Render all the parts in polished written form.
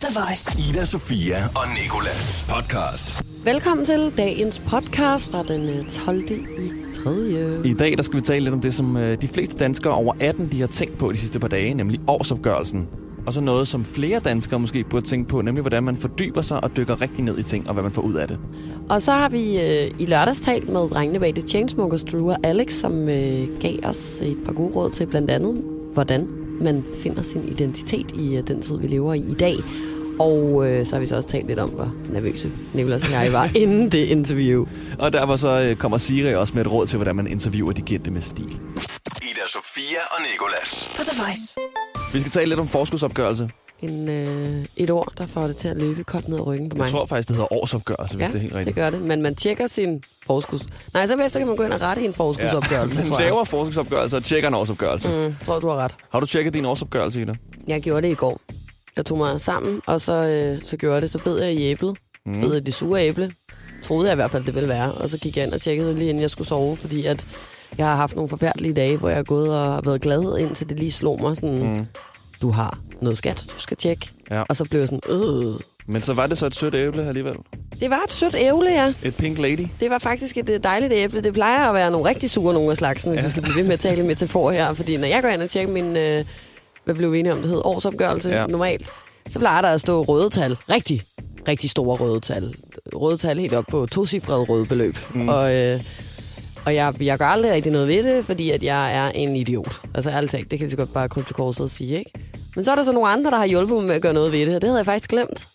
The Voice. Ida, Sofia og Nicolas podcast. Velkommen til dagens podcast fra den 12. i 3. I dag der skal vi tale lidt om det, som de fleste danskere over 18 de har tænkt på de sidste par dage, nemlig årsopgørelsen. Og så noget, som flere danskere måske burde tænke på, nemlig hvordan man fordyber sig og dykker rigtig ned i ting, og hvad man får ud af det. Og så har vi i lørdags talt med drengene bag The Chainsmokers, Drew og Alex, som gav os et par gode råd til blandt andet, hvordan man finder sin identitet i den tid, vi lever i dag. Og så har vi så også talt lidt om, hvor nervøse Nicolas og jeg var inden det interview. Og derfor så kommer Siri også med et råd til, hvordan man interviewer de kendte med stil. Ida, Sofia og Nicolas. For The Voice. Vi skal tale lidt om forskudsopgørelse. Et ord, der får det til at løbe koldt ned ad ryggen på mig. Jeg tror faktisk, det hedder årsopgørelse, hvis det er helt rigtigt. det gør det. Men man tjekker sin forskuds... Nej, så bagefter kan man gå ind og rette i en forskudsopgørelse, Man laver forskudsopgørelse og tjekker en årsopgørelse. Tror du har ret. Har du tjekket din årsopgørelse, Ida? Jeg gjorde det i går. Jeg tog mig sammen, og så gjorde jeg det. Så bed jeg i æblet. Bed jeg det sure æble. Troede jeg i hvert fald, det ville være. Og så gik jeg ind og tjekkede lige inden jeg skulle sove, fordi at jeg har haft nogle forfærdelige dage, hvor jeg er gået og har været glad, indtil det lige slog mig sådan, du har noget skat, du skal tjekke. Ja. Og så blev jeg sådan, Men så var det så et sødt æble alligevel? Det var et sødt æble, ja. Et pink lady? Det var faktisk et dejligt æble. Det plejer at være nogle rigtig sure nogle af slagsen, hvis vi skal blive ved med at tale metafor her. Fordi når jeg går ind og tjekker min, hvad blev vi enige om, det hed årsopgørelse normalt, så plejer der at stå røde tal. Rigtig store røde tal. Røde tal helt op på tocifrede røde beløb. Og jeg gør aldrig rigtig noget ved det, fordi at jeg er en idiot. Altså ærligt talt, det kan jeg så godt bare krybe til korset og sige, ikke? Men så er der så nogle andre, der har hjulpet mig med at gøre noget ved det, og det havde jeg faktisk glemt.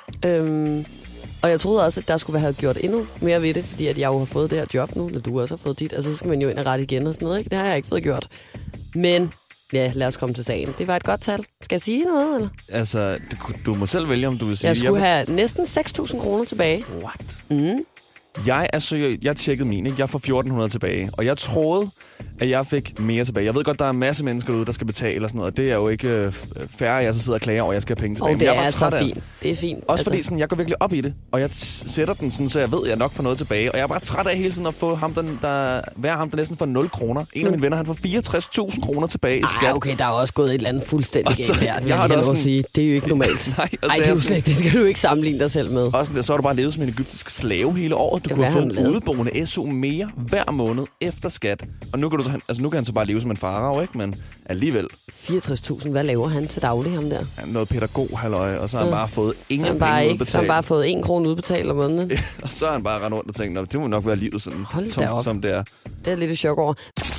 Og jeg troede også, at der skulle have gjort endnu mere ved det, fordi at jeg jo har fået det her job nu, eller du også har fået dit, altså så skal man jo ind og rette igen og sådan noget, ikke? Det har jeg ikke fået gjort. Men ja, lad os komme til sagen. Det var et godt tal. Skal jeg sige noget, eller? Altså, du må selv vælge, om du vil sige... Jeg skulle have næsten 6.000 kroner tilbage. What? Jeg tjekkede mine, ikke? Jeg får 1.400 tilbage, og jeg troede, at jeg fik mere tilbage. Jeg ved godt, der er en masse mennesker derude, der skal betale og sådan noget, og det er jo ikke fair, at jeg så sidder og klager over, at jeg skal have penge tilbage. Det er så fint. Det er fint. Også fordi sådan, jeg går virkelig op i det, og jeg sætter den sådan, så jeg ved, at jeg nok får noget tilbage. Og jeg er bare træt af hele tiden at få ham, der næsten får 0 kroner. En af mine venner, han får 64.000 kroner tilbage i skat. Okay, der er også gået et eller andet fuldstændig galt der. Jeg har det også sige. Det er jo ikke normalt. Nej, det er jo slet, det skal du ikke sammenligne dig selv med. Og sådan, så har du bare levet som en egyptisk slave hele året. Du kunne få en udeboende SU mere hver måned efter skat. Og nu kan han så bare leve som en farao, ikke? Men alligevel. 64.000, hvad laver han til daglig, ham der? Noget pædagog-halløj, og så har han bare fået ingen penge udbetalt. Så har han bare fået 1 krone udbetalt om måneden. Og så har han bare rendt rundt og tænkt, det må nok være livet sådan, som det er. Det er lidt et chok over.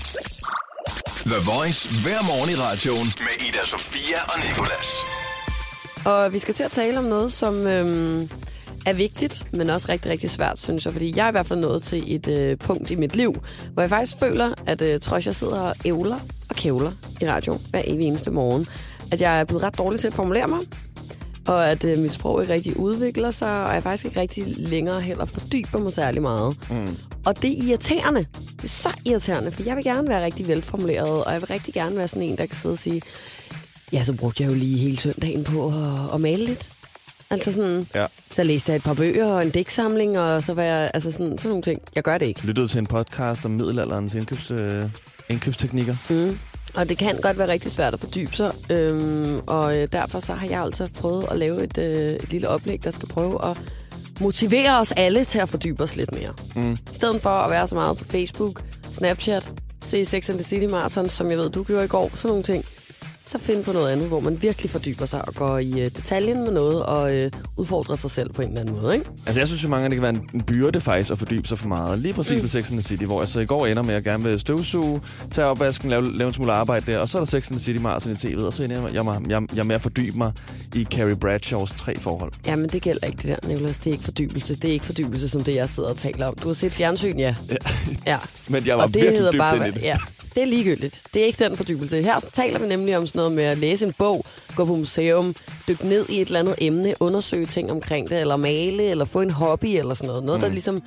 The Voice hver morgen i radioen med Ida, Sofia og Nicolas. Og vi skal til at tale om noget, som er vigtigt, men også rigtig, rigtig svært, synes jeg. Fordi jeg er i hvert fald nået til et punkt i mit liv, hvor jeg faktisk føler, at trods jeg sidder og ævler og kævler i radio hver evig eneste morgen, at jeg er blevet ret dårlig til at formulere mig, og at mit sprog ikke rigtig udvikler sig, og jeg faktisk ikke rigtig længere heller fordyber mig særlig meget. Og det er irriterende. Det er så irriterende, for jeg vil gerne være rigtig velformuleret, og jeg vil rigtig gerne være sådan en, der kan sidde og sige, ja, så brugte jeg jo lige hele søndagen på at male lidt. Altså sådan, så læste jeg et par bøger og en digtsamling, og så var jeg, altså sådan nogle ting. Jeg gør det ikke. Lyttede til en podcast om middelalderens indkøbsteknikker. Og det kan godt være rigtig svært at fordybe sig, og derfor så har jeg altså prøvet at lave et lille oplæg, der skal prøve at motivere os alle til at fordybe os lidt mere. I stedet for at være så meget på Facebook, Snapchat, se Sex and the City Marathon, som jeg ved, du gjorde i går, sådan nogle ting. Så find på noget andet, hvor man virkelig fordyber sig og går i detaljen med noget og udfordrer sig selv på en eller anden måde, ikke? Altså jeg synes jo mange, at det kan være en byrde faktisk at fordybe sig for meget. Lige præcis med Sex and the City, hvor jeg så i går ender med at gerne vil støvsuge, tage opvasken, lave en smule arbejde der, og så er der Sex and the City Marathon i tv'et, og så ender jeg med at fordybe mig i Carrie Bradshaws 3 forhold. Jamen det gælder ikke det der, Nicolas. Det er ikke fordybelse. Det er ikke fordybelse, som det jeg sidder og taler om. Du har set fjernsyn, ja. Men jeg var virkelig dybt bare, ind i det. Ja. Det er ligegyldigt. Det er ikke den fordybelse. Her taler vi nemlig om sådan noget med at læse en bog, gå på museum, dykke ned i et eller andet emne, undersøge ting omkring det, eller male, eller få en hobby, eller sådan noget. Noget, der ligesom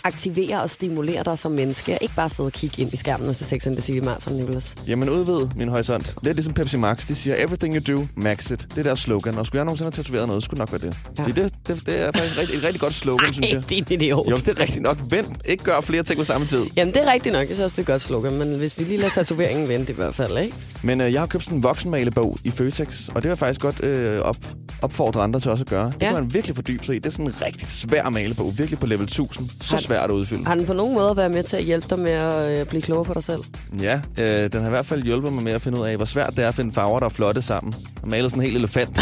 aktivere og stimulere dig som menneske, og ikke bare sidde og kigge ind i skærmen og se Sex and the City marathon, Nicholas? Jamen udvid min horisont. Lidt ligesom Pepsi Max. De siger, everything you do, max it. Det er deres slogan. Og skulle jeg nogensinde have tatoveret noget, skulle det nok være det. Ja. Det er faktisk et rigtig godt slogan, synes jeg. Din idiot. Jo, det er rigtigt nok. Vent. Ikke gør flere ting på samme tid. Jamen, det er rigtigt nok. Jeg synes også, det er et godt slogan. Men hvis vi lige lader tatoveringen vente i hvert fald, ikke? Men jeg har købt sådan en voksenmalebog i Føtex, og det var faktisk godt opfordre andre til også at gøre. Det kan man virkelig fordybe sig i. Det er sådan en rigtig svær malebog. Virkelig på level 1000. Så svært at udfylde. Har den på nogen måde været med til at hjælpe dig med at blive klogere på dig selv? Ja, den har i hvert fald hjulpet mig med at finde ud af, hvor svært det er at finde farver, der er flotte sammen. Og male sådan en hel elefant.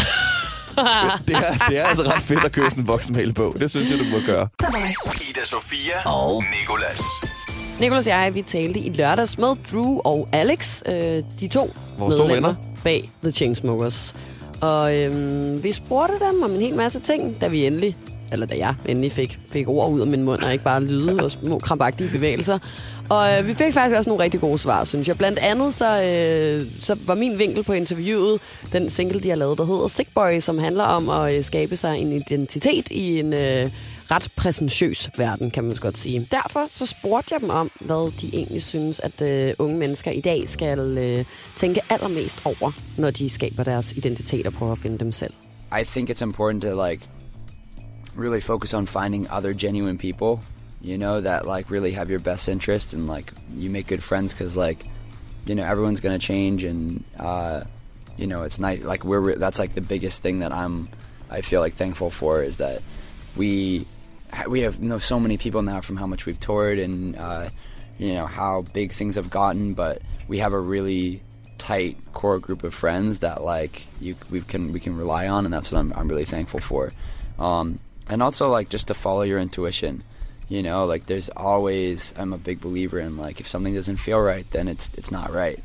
det er altså ret fedt at købe sådan en voksenmalebog. Det synes jeg, du må gøre. Ida Sofia og Nicholas. Nicholas og jeg, vi talte i lørdags med Drew og Alex, de to vores medlemmer bag The Chainsmokers. Og vi spurgte dem om en hel masse ting, da jeg endelig fik ord ud af min mund, og ikke bare lyde og små krampagtige bevægelser. Og vi fik faktisk også nogle rigtig gode svar, synes jeg. Blandt andet så var min vinkel på interviewet den single, de har lavet, der hedder Sick Boy, som handler om at skabe sig en identitet i en ret præsentiøs verden, kan man godt sige. Derfor så spurgte jeg dem om, hvad de egentlig synes, at unge mennesker i dag skal tænke allermest over, når de skaber deres identitet og prøver at finde dem selv. I think it's important to really focus on finding other genuine people, you know, that really have your best interest, and you make good friends, because everyone's gonna change, and it's nice. That's the biggest thing that I feel thankful for, is that we have so many people now from how much we've toured, and how big things have gotten, but we have a really tight core group of friends that we can rely on, and that's what I'm really thankful for. And also just to follow your intuition, there's always, I'm a big believer in if something doesn't feel right, then it's not right.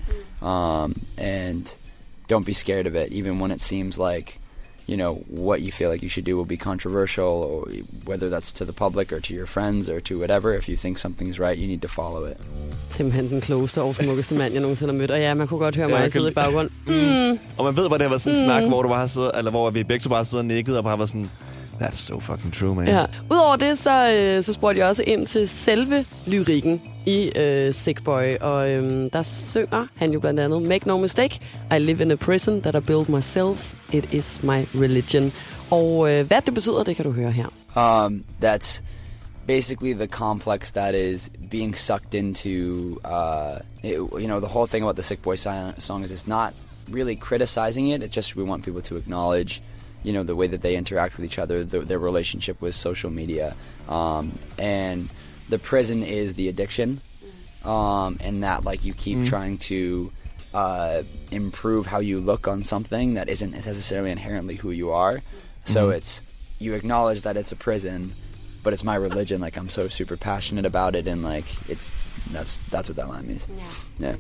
And don't be scared of it, even when it seems what you feel you should do will be controversial, or whether that's to the public or to your friends or to whatever. If you think something's right, you need to follow it. Simpelthen den klogeste og smukkeste mand, jeg nogensinde har mødt. Og ja, man kunne godt høre mig sidde i baggrunden. Og man ved, hvor det var sådan en snak, hvor du bare sidder, eller hvor vi begge to bare sidder og nikkede og bare var sådan, that's so fucking true, man. Ja. Udover det, så spurgte jeg også ind til selve lyrikken i Sick Boy, og der synger han jo blandt andet, make no mistake, I live in a prison that I built myself, it is my religion. Og hvad det betyder, det kan du høre her. That's basically the complex that is being sucked into, the whole thing about the Sick Boy song is it's not really criticizing it, it's just we want people to acknowledge the way that they interact with each other, their relationship with social media. And the prison is the addiction. And that you keep trying to improve how you look on something that isn't necessarily inherently who you are. So it's, you acknowledge that it's a prison, but it's my religion. I'm so super passionate about it, and that's what that line means. Yeah.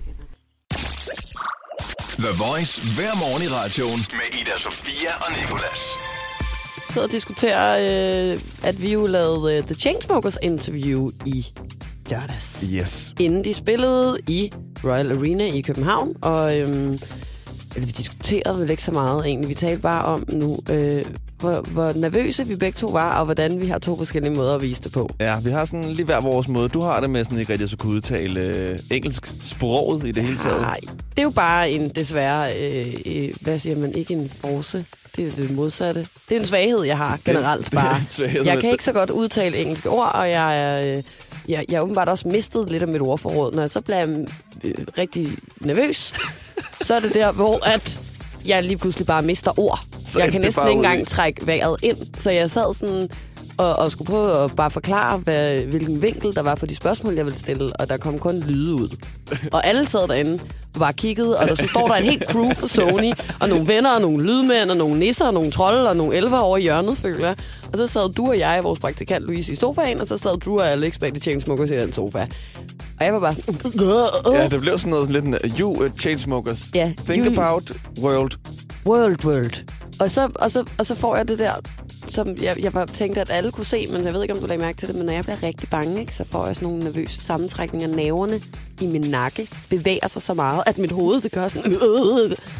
The Voice hver morgen i radioen med Ida Sofia og Nicholas. Så diskuterer, at vi jo lavede The Chainsmokers interview i lørdags. Yes. Inden de spillede i Royal Arena i København, og vi diskuterede vel ikke så meget egentlig. Vi talte bare om nu, hvor nervøse vi begge to var, og hvordan vi har to forskellige måder at vise det på. Ja, vi har sådan lige hver vores måde. Du har det med sådan ikke rigtig at kunne udtale engelsk sproget i det hele taget. Nej, det er jo bare en desværre, hvad siger man, ikke en force. Det er det modsatte. Det er en svaghed, jeg har generelt bare. Jeg kan ikke så godt udtale engelske ord, og jeg har åbenbart også mistet lidt af mit ordforråd. Når jeg så bliver rigtig nervøs, så er det der, hvor at jeg lige pludselig bare mister ord. Så jeg kan næsten ikke engang trække vejret ind. Så jeg sad sådan og skulle prøve at bare forklare, hvilken vinkel der var på de spørgsmål, jeg ville stille. Og der kom kun lyde ud. Og alle sad derinde og bare kiggede, og så står der en helt crew for Sony, og nogle venner, og nogle lydmænd, og nogle nisser, og nogle trolde, og nogle elver over i hjørnet, føler jeg. Og så sad du og jeg, vores praktikant Louise, i sofaen, og så sad Drew og Alex bag The Chainsmokers i den sofa. Og jeg var bare sådan... Ja, det blev sådan noget lidt... You Chainsmokers. Yeah, Think about world. World. Og så får jeg det der, som jeg bare tænkte, at alle kunne se, men jeg ved ikke, om du lagde mærke til det, men når jeg bliver rigtig bange, ikke, så får jeg sådan nogle nervøse sammentrækninger. Nerverne i min nakke bevæger sig så meget, at mit hoved, det gør sådan...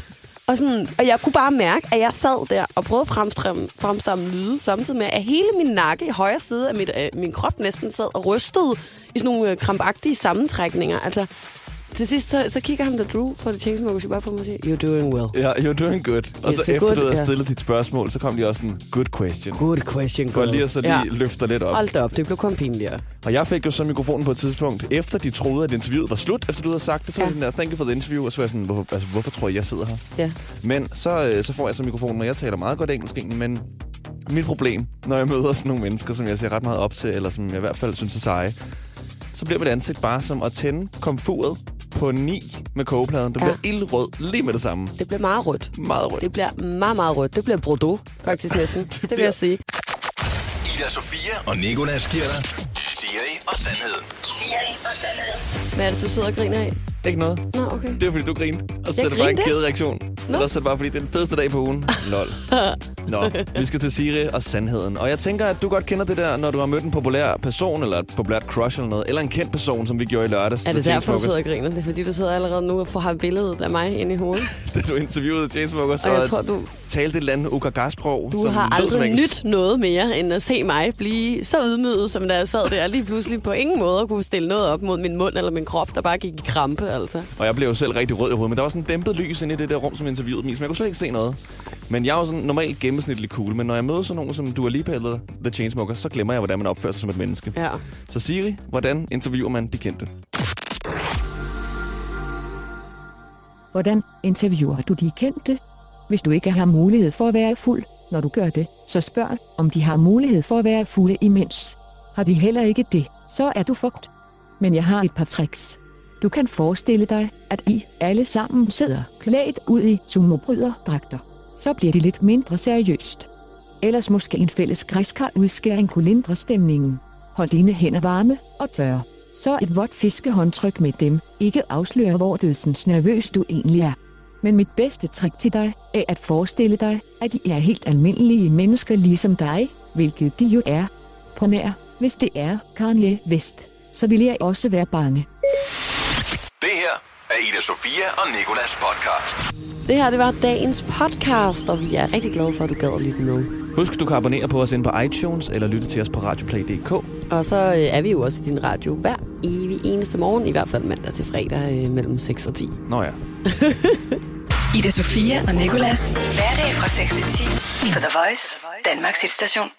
Og jeg kunne bare mærke, at jeg sad der og prøvede at fremstamme lyde, samtidig med, at hele min nakke i højre side af min krop næsten sad og rystede i sådan nogle krampagtige sammentrækninger. Altså, til sidst, så kigger ham der Drew fra The Chainsmokers bare på mig og siger, you're doing well. Ja, you're doing good. Og så efter du havde stillet dit spørgsmål, så kom de også en good question. Good question. For lige at så lige løfter lidt op. Hold da op, det blev kun pinligere. Og jeg fik jo så mikrofonen på et tidspunkt, efter de troede, at interviewet var slut, efter du havde sagt det, så var jeg sådan der, thank you for the interview, og så var jeg sådan, hvorfor tror jeg sidder her? Ja. Men så får jeg så mikrofonen, og jeg taler meget godt engelsk, men mit problem, når jeg møder sådan nogle mennesker, som jeg ser ret meget op til, eller som jeg i hvert fald synes er seje, så bliver mit ansigt bare som at tænde komfuret på 9 med kogepladen. Det bliver ildrød lige med det samme. Det bliver meget rødt. Meget rødt. Det bliver meget, meget rødt. Det bliver Bordeaux, faktisk næsten. det vil jeg sige. Ida Sofia og Nicolas giver dig Siri og Sandhed. Hvad er det, du sidder og griner af? Ikke noget. Nå, okay. Det er, fordi du griner. Og så er det bare en kædereaktion. Eller så er det bare, fordi det er den fedeste dag på ugen. Lol. Nå, vi skal til Siri og Sandheden. Og jeg tænker, at du godt kender det der, når du har mødt en populær person, eller et populært crush eller noget, eller en kendt person, som vi gjorde i lørdags. Er det derfor, du sidder og griner? Det er, fordi du sidder allerede nu og har billedet af mig inde i hovedet. Da du interviewede Chainsmokers, og jeg tror, du talte et eller andet ukagassprog. Du har aldrig nyt noget mere, end at se mig blive så ydmyget, som da jeg sad der lige pludselig på ingen måde kunne stille noget op mod min mund eller min krop, der bare gik i krampe, altså. Og jeg blev jo selv rigtig rød i hovedet, men der var sådan en dæmpet lys inde i det der rum, som interviewede mig, så jeg kunne slet ikke se noget. Men jeg er jo sådan normalt gennemsnitlig cool, men når jeg møder sådan nogen som Dua Lipa eller The Chainsmokers, så glemmer jeg, hvordan man opfører sig som et menneske. Ja. Så Siri, hvordan interviewer man de kendte? Hvordan interviewer du de kendte? Hvis du ikke har mulighed for at være fuld, når du gør det, så spørg, om de har mulighed for at være fulde imens. Har de heller ikke det, så er du fucked. Men jeg har et par tricks. Du kan forestille dig, at I alle sammen sidder klædt ud i sumobryderdragter. Så bliver det lidt mindre seriøst. Ellers måske en fælles græskar udskæring kunne lindre stemningen. Hold dine hænder varme og tørre. Så et vådt fiskehåndtryk med dem ikke afslører, hvor dødsens nervøs du egentlig er. Men mit bedste trick til dig er at forestille dig, at de er helt almindelige mennesker ligesom dig, hvilket de jo er. På nær, hvis det er Kanye West, så vil jeg også være bange. Det her er Ida Sofia og Nicolas podcast. Det her, det var dagens podcast, og vi er rigtig glade for, at du gad at lytte med. Husk, du kan abonnere på os inde på iTunes, eller lytte til os på radioplay.dk. Og så er vi jo også i din radio hver evig eneste morgen, i hvert fald mandag til fredag mellem 6 og 10. Nå ja. Ida Sofia og Nicolas. Hverdag fra 6 til 10 på The Voice, Danmarks hitstation.